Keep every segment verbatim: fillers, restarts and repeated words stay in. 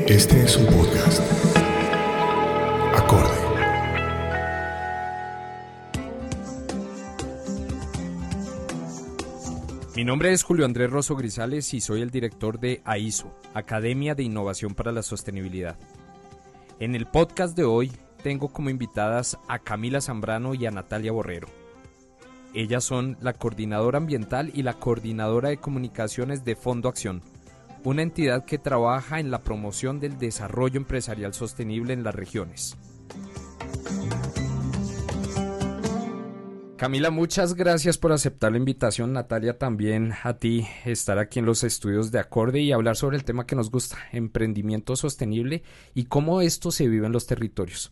Este es un podcast. Acorde. Mi nombre es Julio Andrés Rosso Grisales y soy el director de A I S O, Academia de Innovación para la Sostenibilidad. En el podcast de hoy tengo como invitadas a Camila Zambrano y a Natalia Borrero. Ellas son la coordinadora ambiental y la coordinadora de comunicaciones de Fondo Acción, una entidad que trabaja en la promoción del desarrollo empresarial sostenible en las regiones. Camila, muchas gracias por aceptar la invitación. Natalia, también a ti estar aquí en los estudios de Acorde y hablar sobre el tema que nos gusta, emprendimiento sostenible y cómo esto se vive en los territorios.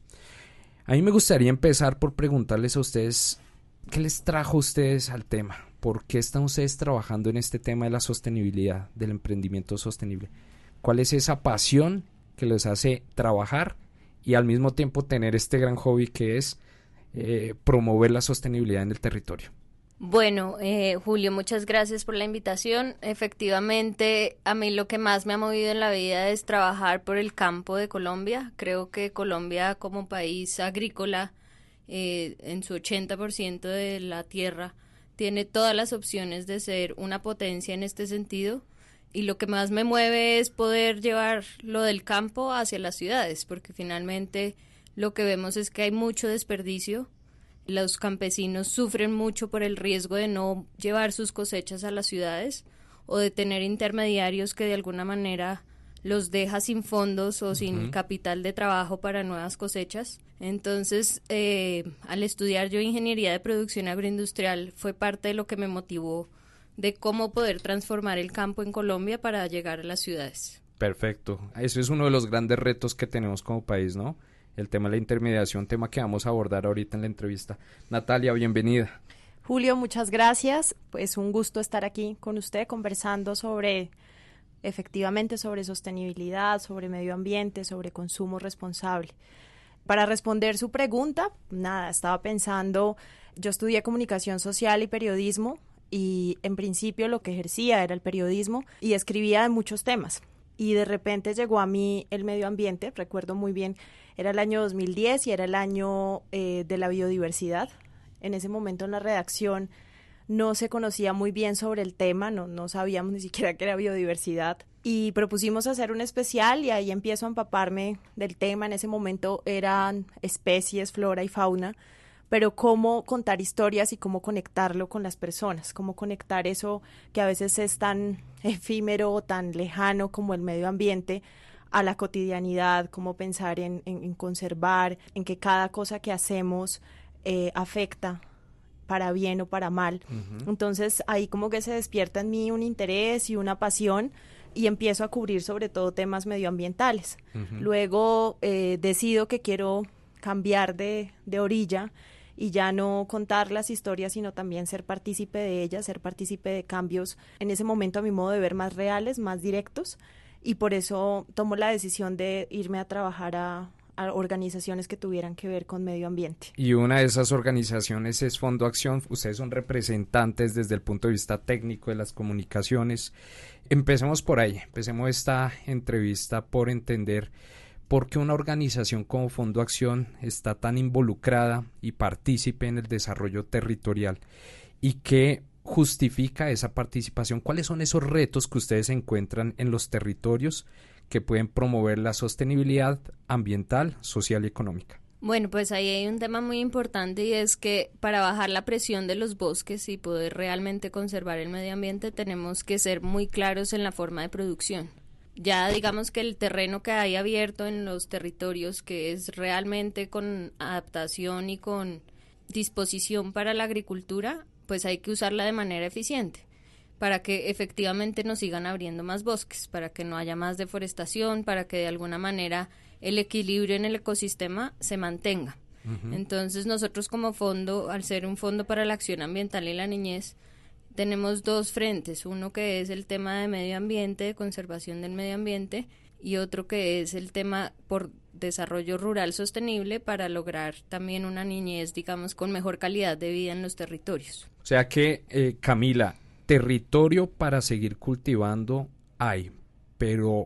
A mí me gustaría empezar por preguntarles a ustedes, ¿qué les trajo a ustedes al tema? ¿Por qué están ustedes trabajando en este tema de la sostenibilidad, del emprendimiento sostenible? ¿Cuál es esa pasión que les hace trabajar y al mismo tiempo tener este gran hobby que es eh, promover la sostenibilidad en el territorio? Bueno, eh, Julio, muchas gracias por la invitación. Efectivamente, a mí lo que más me ha movido en la vida es trabajar por el campo de Colombia. Creo que Colombia como país agrícola, eh, en su ochenta por ciento de la tierra, tiene todas las opciones de ser una potencia en este sentido, y lo que más me mueve es poder llevar lo del campo hacia las ciudades, porque finalmente lo que vemos es que hay mucho desperdicio. Los campesinos sufren mucho por el riesgo de no llevar sus cosechas a las ciudades o de tener intermediarios que de alguna manera los deja sin fondos o uh-huh. sin capital de trabajo para nuevas cosechas. Entonces, eh, al estudiar yo ingeniería de producción agroindustrial, fue parte de lo que me motivó de cómo poder transformar el campo en Colombia para llegar a las ciudades. Perfecto. Eso es uno de los grandes retos que tenemos como país, ¿no? El tema de la intermediación, tema que vamos a abordar ahorita en la entrevista. Natalia, bienvenida. Julio, muchas gracias. Pues un gusto estar aquí con usted conversando sobre... efectivamente sobre sostenibilidad, sobre medio ambiente, sobre consumo responsable. Para responder su pregunta, nada, estaba pensando, yo estudié comunicación social y periodismo y en principio lo que ejercía era el periodismo y escribía de muchos temas. Y de repente llegó a mí el medio ambiente, recuerdo muy bien, era el año dos mil diez y era el año eh, de la biodiversidad. En ese momento en la redacción no se conocía muy bien sobre el tema, no, no sabíamos ni siquiera qué era biodiversidad y propusimos hacer un especial y ahí empiezo a empaparme del tema. En ese momento eran especies, flora y fauna, pero cómo contar historias y cómo conectarlo con las personas, cómo conectar eso que a veces es tan efímero o tan lejano como el medio ambiente a la cotidianidad, cómo pensar en, en, en conservar, en que cada cosa que hacemos eh, afecta para bien o para mal. Uh-huh. Entonces ahí como que se despierta en mí un interés y una pasión y empiezo a cubrir sobre todo temas medioambientales. Uh-huh. Luego eh, decido que quiero cambiar de, de orilla y ya no contar las historias, sino también ser partícipe de ellas, ser partícipe de cambios, en ese momento a mi modo de ver, más reales, más directos, y por eso tomo la decisión de irme a trabajar a a organizaciones que tuvieran que ver con medio ambiente. Y una de esas organizaciones es Fondo Acción. Ustedes son representantes desde el punto de vista técnico de las comunicaciones. Empecemos por ahí, empecemos esta entrevista por entender por qué una organización como Fondo Acción está tan involucrada y partícipe en el desarrollo territorial y qué justifica esa participación. ¿Cuáles son esos retos que ustedes encuentran en los territorios que pueden promover la sostenibilidad ambiental, social y económica? Bueno, pues ahí hay un tema muy importante y es que para bajar la presión de los bosques y poder realmente conservar el medio ambiente tenemos que ser muy claros en la forma de producción. Ya digamos que el terreno que hay abierto en los territorios, que es realmente con adaptación y con disposición para la agricultura, pues hay que usarla de manera eficiente, para que efectivamente nos sigan abriendo más bosques, para que no haya más deforestación, para que de alguna manera el equilibrio en el ecosistema se mantenga. Uh-huh. Entonces nosotros como fondo, al ser un fondo para la acción ambiental y la niñez, tenemos dos frentes, uno que es el tema de medio ambiente, de conservación del medio ambiente, y otro que es el tema por desarrollo rural sostenible para lograr también una niñez, digamos, con mejor calidad de vida en los territorios. O sea que, eh, Camila, territorio para seguir cultivando hay, pero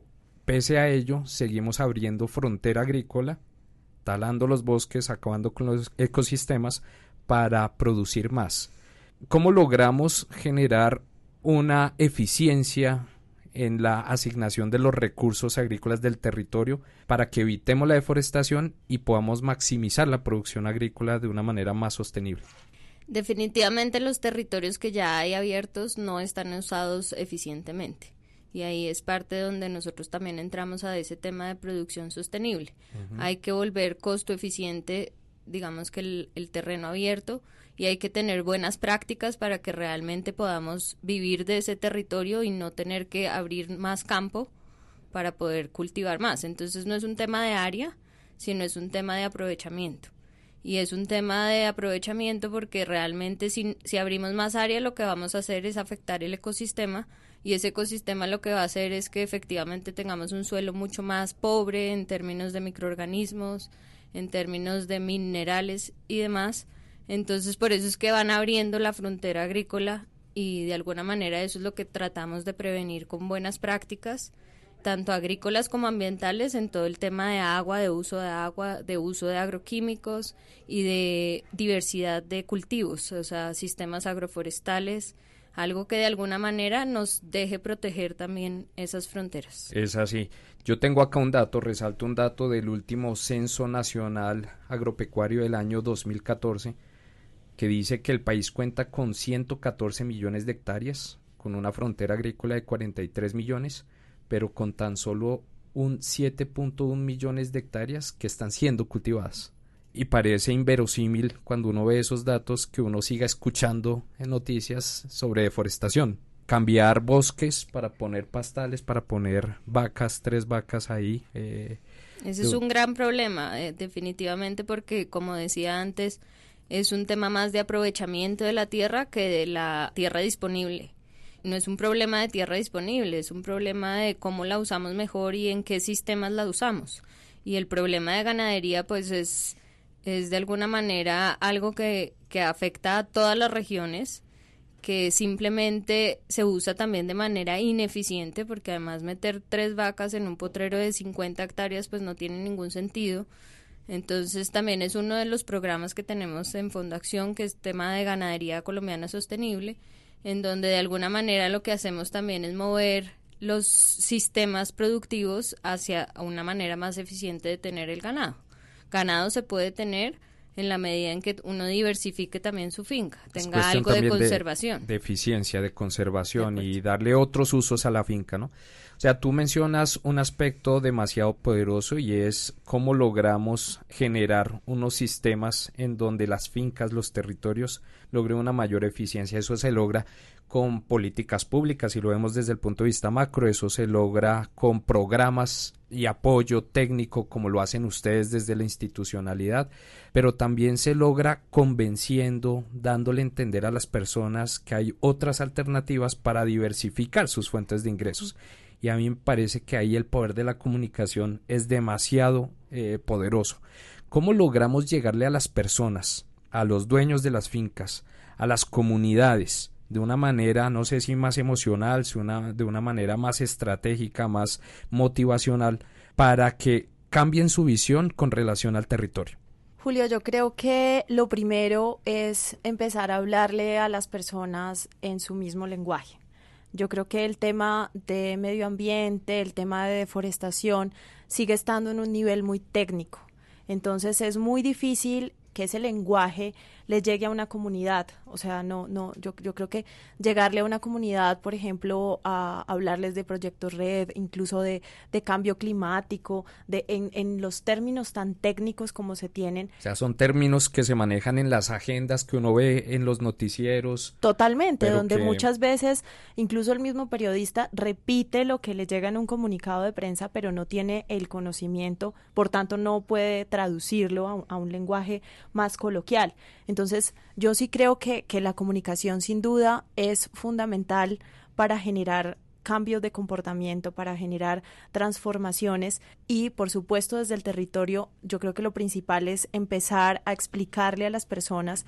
pese a ello, seguimos abriendo frontera agrícola, talando los bosques, acabando con los ecosistemas para producir más. ¿Cómo logramos generar una eficiencia en la asignación de los recursos agrícolas del territorio para que evitemos la deforestación y podamos maximizar la producción agrícola de una manera más sostenible? Definitivamente los territorios que ya hay abiertos no están usados eficientemente. Y ahí es parte donde nosotros también entramos a ese tema de producción sostenible. Uh-huh. Hay que volver costo eficiente, digamos que el, el terreno abierto, y hay que tener buenas prácticas para que realmente podamos vivir de ese territorio y no tener que abrir más campo para poder cultivar más. Entonces no es un tema de área, sino es un tema de aprovechamiento. Y es un tema de aprovechamiento porque realmente si, si abrimos más área lo que vamos a hacer es afectar el ecosistema, y ese ecosistema lo que va a hacer es que efectivamente tengamos un suelo mucho más pobre en términos de microorganismos, en términos de minerales y demás. Entonces por eso es que van abriendo la frontera agrícola y de alguna manera eso es lo que tratamos de prevenir con buenas prácticas, tanto agrícolas como ambientales, en todo el tema de agua, de uso de agua, de uso de agroquímicos y de diversidad de cultivos, o sea, sistemas agroforestales, algo que de alguna manera nos deje proteger también esas fronteras. Es así. Yo tengo acá un dato, resalto un dato del último Censo Nacional Agropecuario del año dos mil catorce, que dice que el país cuenta con ciento catorce millones de hectáreas, con una frontera agrícola de cuarenta y tres millones, pero con tan solo un siete punto uno millones de hectáreas que están siendo cultivadas. Y parece inverosímil cuando uno ve esos datos que uno siga escuchando en noticias sobre deforestación. Cambiar bosques para poner pastales, para poner vacas, tres vacas ahí. Eh, Ese es un gran problema, eh, definitivamente, porque como decía antes, es un tema más de aprovechamiento de la tierra que de la tierra disponible. No es un problema de tierra disponible, es un problema de cómo la usamos mejor y en qué sistemas la usamos. Y el problema de ganadería pues es, es de alguna manera algo que, que afecta a todas las regiones, que simplemente se usa también de manera ineficiente, porque además meter tres vacas en un potrero de cincuenta hectáreas pues no tiene ningún sentido. Entonces también es uno de los programas que tenemos en Fondo Acción, que es tema de ganadería colombiana sostenible, en donde de alguna manera lo que hacemos también es mover los sistemas productivos hacia una manera más eficiente de tener el ganado. Ganado se puede tener en la medida en que uno diversifique también su finca, tenga algo de conservación. De, de eficiencia, de conservación de y darle otros usos a la finca, ¿no? O sea, tú mencionas un aspecto demasiado poderoso y es cómo logramos generar unos sistemas en donde las fincas, los territorios, logren una mayor eficiencia. Eso se logra con políticas públicas y lo vemos desde el punto de vista macro, eso se logra con programas y apoyo técnico como lo hacen ustedes desde la institucionalidad, pero también se logra convenciendo, dándole a entender a las personas que hay otras alternativas para diversificar sus fuentes de ingresos. Y a mí me parece que ahí el poder de la comunicación es demasiado eh, poderoso. ¿Cómo logramos llegarle a las personas, a los dueños de las fincas, a las comunidades, de una manera, no sé si más emocional, si una, de una manera más estratégica, más motivacional, para que cambien su visión con relación al territorio? Julio, yo creo que lo primero es empezar a hablarle a las personas en su mismo lenguaje. Yo creo que el tema de medio ambiente, el tema de deforestación, sigue estando en un nivel muy técnico. Entonces es muy difícil que ese lenguaje le llegue a una comunidad. O sea, no, no, yo, yo creo que llegarle a una comunidad, por ejemplo, a hablarles de proyectos red, incluso de, de cambio climático, de en, en los términos tan técnicos como se tienen. O sea, son términos que se manejan en las agendas que uno ve en los noticieros. Totalmente, donde que... muchas veces incluso el mismo periodista repite lo que le llega en un comunicado de prensa, pero no tiene el conocimiento, por tanto no puede traducirlo a, a un lenguaje más coloquial. Entonces, yo sí creo que, que la comunicación sin duda es fundamental para generar cambios de comportamiento, para generar transformaciones y, por supuesto, desde el territorio, yo creo que lo principal es empezar a explicarle a las personas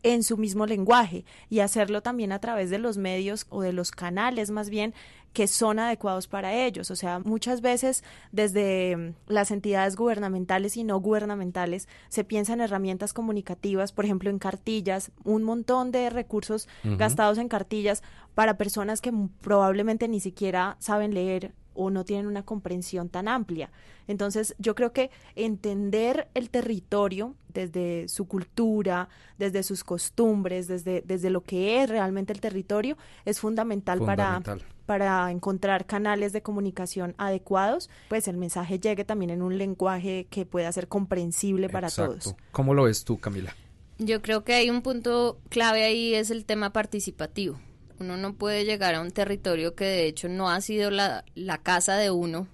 en su mismo lenguaje y hacerlo también a través de los medios o de los canales más bien que son adecuados para ellos. O sea, muchas veces desde las entidades gubernamentales y no gubernamentales se piensa en herramientas comunicativas, por ejemplo en cartillas, un montón de recursos uh-huh. gastados en cartillas para personas que probablemente ni siquiera saben leer o no tienen una comprensión tan amplia. Entonces, yo creo que entender el territorio desde su cultura, desde sus costumbres, desde, desde lo que es realmente el territorio, es fundamental, fundamental. Para, para encontrar canales de comunicación adecuados, pues el mensaje llegue también en un lenguaje que pueda ser comprensible para Exacto. todos. ¿Cómo lo ves tú, Camila? Yo creo que hay un punto clave ahí, es el tema participativo. Uno no puede llegar a un territorio que de hecho no ha sido la, la casa de uno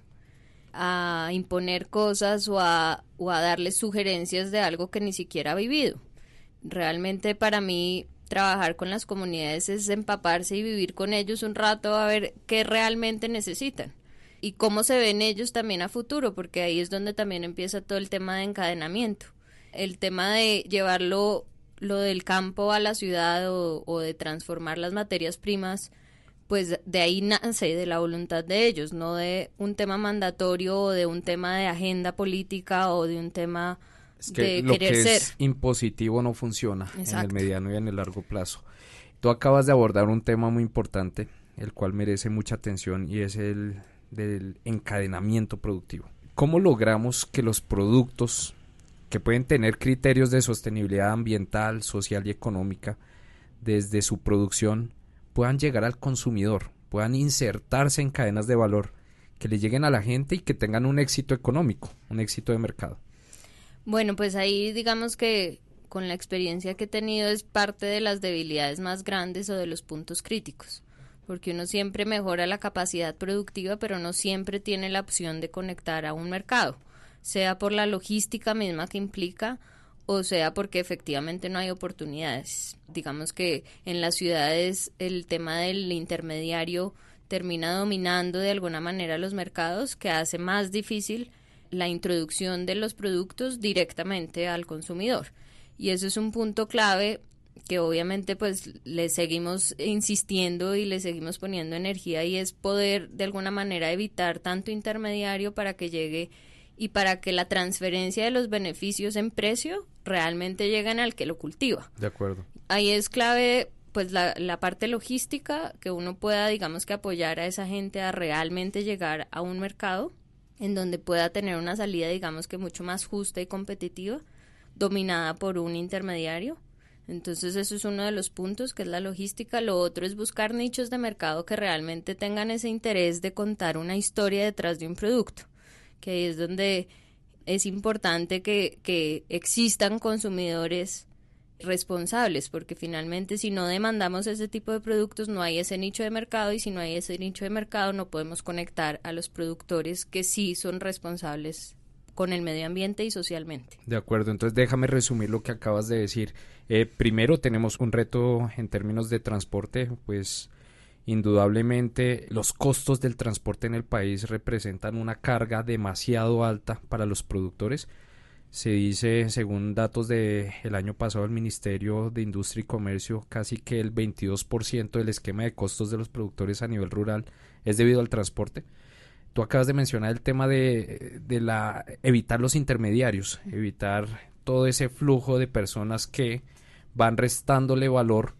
a imponer cosas o a, o a darle sugerencias de algo que ni siquiera ha vivido. Realmente para mí trabajar con las comunidades es empaparse y vivir con ellos un rato a ver qué realmente necesitan y cómo se ven ellos también a futuro, porque ahí es donde también empieza todo el tema de encadenamiento. El tema de llevarlo lo del campo a la ciudad o, o de transformar las materias primas, pues de ahí nace, de la voluntad de ellos, no de un tema mandatorio o de un tema de agenda política o de un tema es que de lo querer que ser. Es impositivo no funciona. Exacto. En el mediano y en el largo plazo. Tú acabas de abordar un tema muy importante, el cual merece mucha atención y es el del encadenamiento productivo. ¿Cómo logramos que los productos que pueden tener criterios de sostenibilidad ambiental, social y económica, desde su producción, puedan llegar al consumidor, puedan insertarse en cadenas de valor, que le lleguen a la gente y que tengan un éxito económico, un éxito de mercado? Bueno, pues ahí digamos que con la experiencia que he tenido es parte de las debilidades más grandes o de los puntos críticos, porque uno siempre mejora la capacidad productiva, pero no siempre tiene la opción de conectar a un mercado, sea por la logística misma que implica o sea porque efectivamente no hay oportunidades. Digamos que en las ciudades el tema del intermediario termina dominando de alguna manera los mercados, que hace más difícil la introducción de los productos directamente al consumidor. Y eso es un punto clave que obviamente pues le seguimos insistiendo y le seguimos poniendo energía, y es poder de alguna manera evitar tanto intermediario para que llegue y para que la transferencia de los beneficios en precio realmente lleguen al que lo cultiva. De acuerdo. Ahí es clave pues la, la parte logística, que uno pueda digamos que apoyar a esa gente a realmente llegar a un mercado en donde pueda tener una salida digamos que mucho más justa y competitiva, dominada por un intermediario. Entonces eso es uno de los puntos, que es la logística. Lo otro es buscar nichos de mercado que realmente tengan ese interés de contar una historia detrás de un producto, que ahí es donde es importante que, que existan consumidores responsables, porque finalmente si no demandamos ese tipo de productos no hay ese nicho de mercado, y si no hay ese nicho de mercado no podemos conectar a los productores que sí son responsables con el medio ambiente y socialmente. De acuerdo, entonces déjame resumir lo que acabas de decir. Eh, primero tenemos un reto en términos de transporte, pues indudablemente los costos del transporte en el país representan una carga demasiado alta para los productores. Se dice, según datos del año pasado del Ministerio de Industria y Comercio, casi que el veintidós por ciento del esquema de costos de los productores a nivel rural es debido al transporte. Tú acabas de mencionar el tema de, de la evitar los intermediarios, evitar todo ese flujo de personas que van restándole valor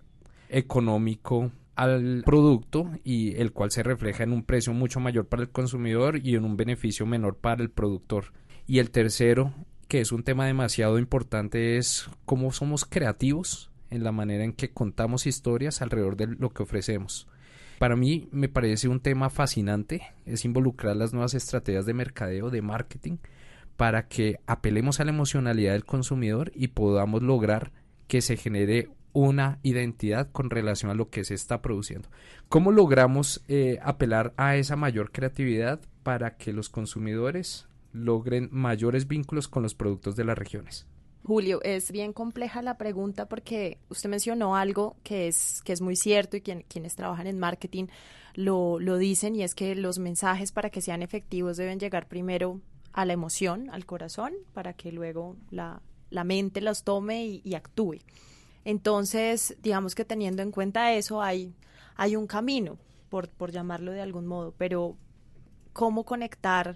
económico al producto, y el cual se refleja en un precio mucho mayor para el consumidor y en un beneficio menor para el productor. Y el tercero, que es un tema demasiado importante, es cómo somos creativos en la manera en que contamos historias alrededor de lo que ofrecemos. Para mí me parece un tema fascinante, es involucrar las nuevas estrategias de mercadeo, de marketing, para que apelemos a la emocionalidad del consumidor y podamos lograr que se genere una identidad con relación a lo que se está produciendo. ¿Cómo logramos eh, apelar a esa mayor creatividad para que los consumidores logren mayores vínculos con los productos de las regiones? Julio, es bien compleja la pregunta porque usted mencionó algo que es, que es muy cierto, y quien, quienes trabajan en marketing lo, lo dicen, y es que los mensajes, para que sean efectivos, deben llegar primero a la emoción, al corazón, para que luego la, la mente los tome y, y actúe. Entonces, digamos que teniendo en cuenta eso, hay, hay un camino, por, por llamarlo de algún modo, pero ¿cómo conectar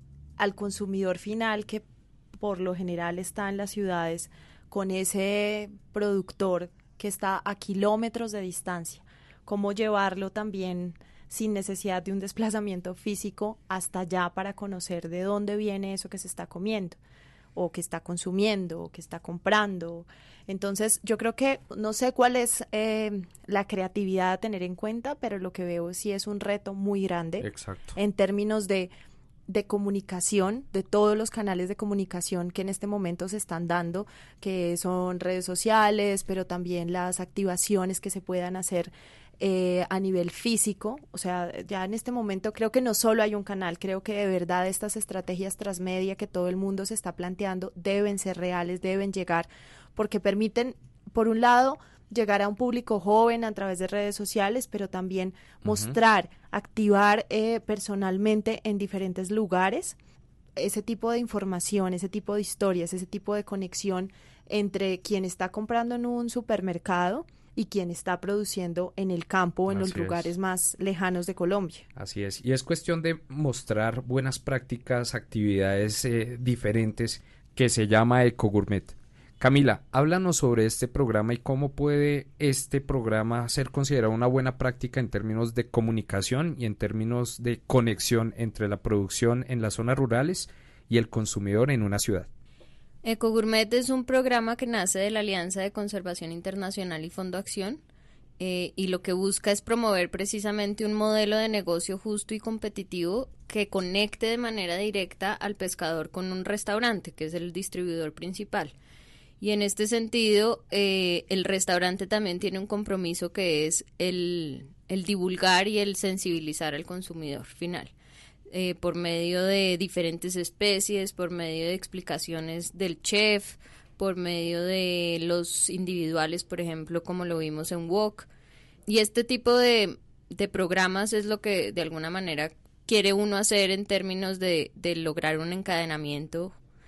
al consumidor final que por lo general está en las ciudades con ese productor que está a kilómetros de distancia? ¿Cómo llevarlo también sin necesidad de un desplazamiento físico hasta allá para conocer de dónde viene eso que se está comiendo o que está consumiendo o que está comprando? Entonces yo creo que no sé cuál es eh, la creatividad a tener en cuenta, pero lo que veo sí es un reto muy grande. Exacto. En términos de de comunicación, de todos los canales de comunicación que en este momento se están dando, que son redes sociales, pero también las activaciones que se puedan hacer eh, a nivel físico. O sea, ya en este momento creo que no solo hay un canal, creo que de verdad estas estrategias transmedia que todo el mundo se está planteando deben ser reales, deben llegar, porque permiten, por un lado, llegar a un público joven a través de redes sociales, pero también uh-huh. mostrar, activar eh, personalmente en diferentes lugares ese tipo de información, ese tipo de historias, ese tipo de conexión entre quien está comprando en un supermercado y quien está produciendo en el campo o en Así los lugares es. más lejanos de Colombia. Así es, y es cuestión de mostrar buenas prácticas, actividades eh, diferentes, que se llama Ecogourmet. Camila, háblanos sobre este programa y cómo puede este programa ser considerado una buena práctica en términos de comunicación y en términos de conexión entre la producción en las zonas rurales y el consumidor en una ciudad. Ecogourmet es un programa que nace de la Alianza de Conservación Internacional y Fondo Acción eh, y lo que busca es promover precisamente un modelo de negocio justo y competitivo que conecte de manera directa al pescador con un restaurante, que es el distribuidor principal. Y en este sentido, eh, el restaurante también tiene un compromiso que es el, el divulgar y el sensibilizar al consumidor final, eh, por medio de diferentes especies, por medio de explicaciones del chef, por medio de los individuales, por ejemplo, como lo vimos en Wok. Y este tipo de, de programas es lo que de alguna manera quiere uno hacer en términos de, de lograr un encadenamiento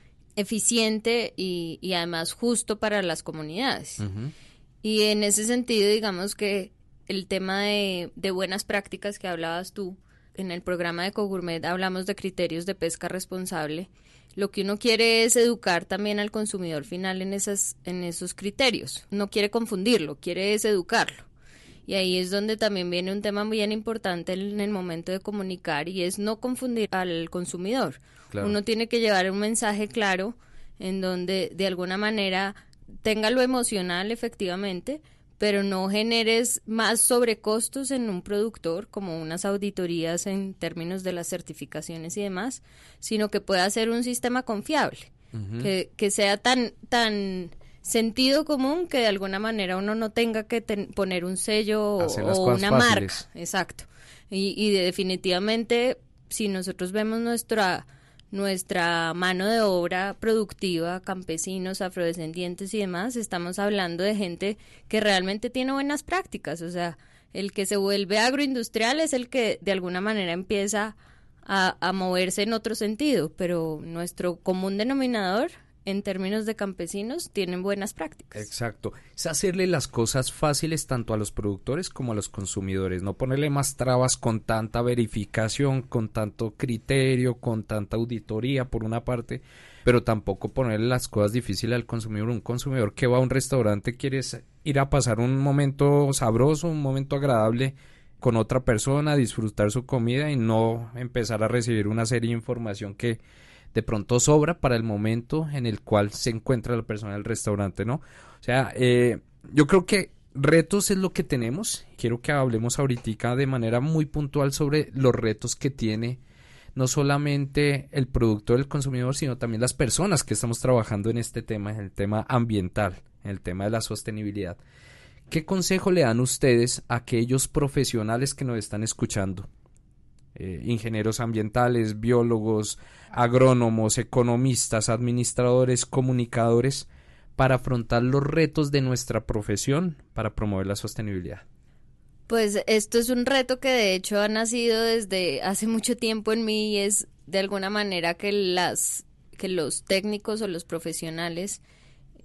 eficiente y, y además justo para las comunidades. Uh-huh. Y en ese sentido, digamos que el tema de, de buenas prácticas que hablabas tú, en el programa de Ecogourmet hablamos de criterios de pesca responsable. Lo que uno quiere es educar también al consumidor final en, esas, en esos criterios. No quiere confundirlo, quiere es educarlo. Y ahí es donde también viene un tema muy bien importante en el momento de comunicar y es no confundir al consumidor. Claro. Uno tiene que llevar un mensaje claro en donde de alguna manera tenga lo emocional efectivamente, pero no generes más sobrecostos en un productor como unas auditorías en términos de las certificaciones y demás, sino que pueda ser un sistema confiable, uh-huh. que, que sea tan, tan sentido común que de alguna manera uno no tenga que ten, poner un sello o, o una fáciles. marca. Exacto. Y, y de, definitivamente, si nosotros vemos nuestra nuestra mano de obra productiva, campesinos, afrodescendientes y demás, estamos hablando de gente que realmente tiene buenas prácticas. O sea, el que se vuelve agroindustrial es el que de alguna manera empieza a, a moverse en otro sentido, pero nuestro común denominador en términos de campesinos tienen buenas prácticas. Exacto, es hacerle las cosas fáciles tanto a los productores como a los consumidores, no ponerle más trabas con tanta verificación, con tanto criterio, con tanta auditoría por una parte, pero tampoco ponerle las cosas difíciles al consumidor. Un consumidor que va a un restaurante quiere ir a pasar un momento sabroso, un momento agradable con otra persona, disfrutar su comida y no empezar a recibir una serie de información que de pronto sobra para el momento en el cual se encuentra la persona del restaurante, ¿no? O sea, eh, yo creo que retos es lo que tenemos. Quiero que hablemos ahorita de manera muy puntual sobre los retos que tiene no solamente el producto del consumidor, sino también las personas que estamos trabajando en este tema, en el tema ambiental, en el tema de la sostenibilidad. ¿Qué consejo le dan ustedes a aquellos profesionales que nos están escuchando? Eh, ingenieros ambientales, biólogos, agrónomos, economistas, administradores, comunicadores, para afrontar los retos de nuestra profesión para promover la sostenibilidad. Pues esto es un reto que de hecho ha nacido desde hace mucho tiempo en mí y es de alguna manera que las que los técnicos o los profesionales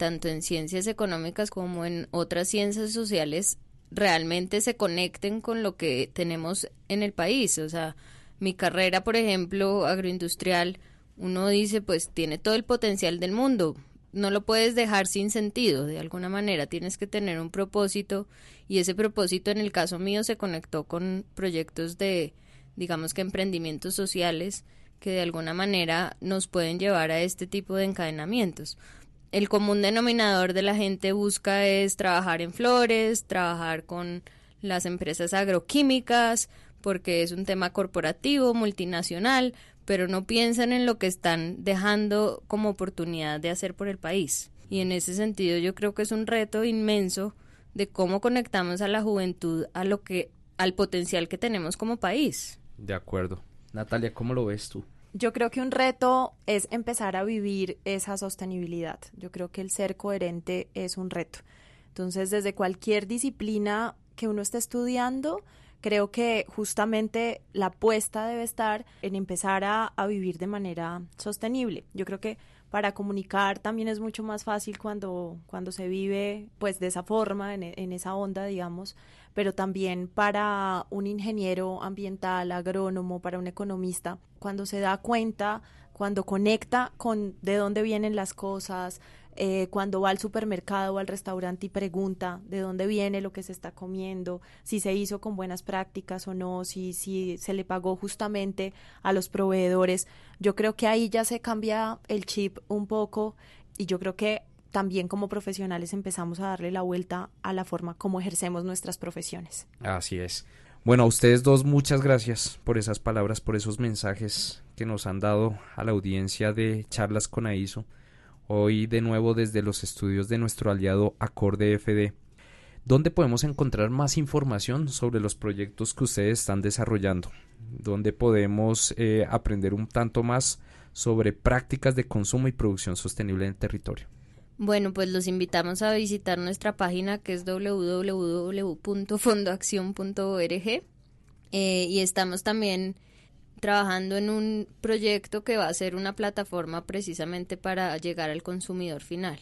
tanto en ciencias económicas como en otras ciencias sociales, realmente se conecten con lo que tenemos en el país. O sea, mi carrera, por ejemplo, agroindustrial, uno dice, pues tiene todo el potencial del mundo, no lo puedes dejar sin sentido, de alguna manera tienes que tener un propósito, y ese propósito en el caso mío se conectó con proyectos de, digamos que emprendimientos sociales que de alguna manera nos pueden llevar a este tipo de encadenamientos. El común denominador de la gente busca es trabajar en flores, trabajar con las empresas agroquímicas, porque es un tema corporativo, multinacional, pero no piensan en lo que están dejando como oportunidad de hacer por el país. Y en ese sentido yo creo que es un reto inmenso de cómo conectamos a la juventud a lo que, al potencial que tenemos como país. De acuerdo. Natalia, ¿cómo lo ves tú? Yo creo que un reto es empezar a vivir esa sostenibilidad. Yo creo que el ser coherente es un reto. Entonces, desde cualquier disciplina que uno esté estudiando, creo que justamente la apuesta debe estar en empezar a, a vivir de manera sostenible. Yo creo que para comunicar también es mucho más fácil cuando, cuando se vive pues de esa forma, en, en esa onda, digamos, pero también para un ingeniero ambiental, agrónomo, para un economista, cuando se da cuenta, cuando conecta con de dónde vienen las cosas, Eh, cuando va al supermercado o al restaurante y pregunta de dónde viene lo que se está comiendo, si se hizo con buenas prácticas o no, si, si se le pagó justamente a los proveedores, yo creo que ahí ya se cambia el chip un poco, y yo creo que también como profesionales empezamos a darle la vuelta a la forma como ejercemos nuestras profesiones. Así es. Bueno, a ustedes dos muchas gracias por esas palabras, por esos mensajes que nos han dado a la audiencia de Charlas con AISO. Hoy de nuevo desde los estudios de nuestro aliado Acorde F D. ¿Dónde podemos encontrar más información sobre los proyectos que ustedes están desarrollando? ¿Dónde podemos eh, aprender un tanto más sobre prácticas de consumo y producción sostenible en el territorio? Bueno, pues los invitamos a visitar nuestra página, que es doble u doble u doble u punto fondoacción punto org, eh, y estamos también trabajando en un proyecto que va a ser una plataforma precisamente para llegar al consumidor final,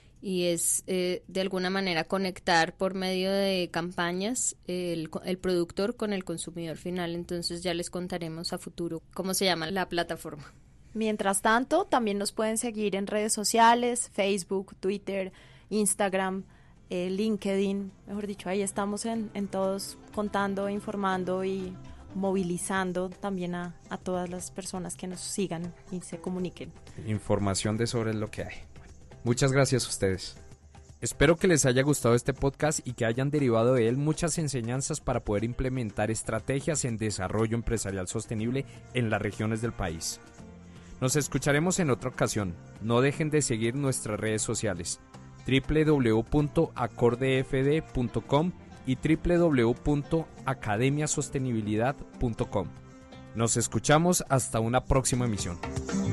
y es eh, de alguna manera conectar por medio de campañas el, el productor con el consumidor final. Entonces ya les contaremos a futuro cómo se llama la plataforma. Mientras tanto, también nos pueden seguir en redes sociales, Facebook, Twitter, Instagram, eh, LinkedIn, mejor dicho, ahí estamos en, en todos contando, informando y movilizando también a, a todas las personas que nos sigan y se comuniquen. Información de sobre lo que hay. Muchas gracias a ustedes. Espero que les haya gustado este podcast y que hayan derivado de él muchas enseñanzas para poder implementar estrategias en desarrollo empresarial sostenible en las regiones del país. Nos escucharemos en otra ocasión. No dejen de seguir nuestras redes sociales doble u doble u doble u punto acorde f d punto com y doble u doble u doble u punto academia sostenibilidad punto com. Nos escuchamos hasta una próxima emisión.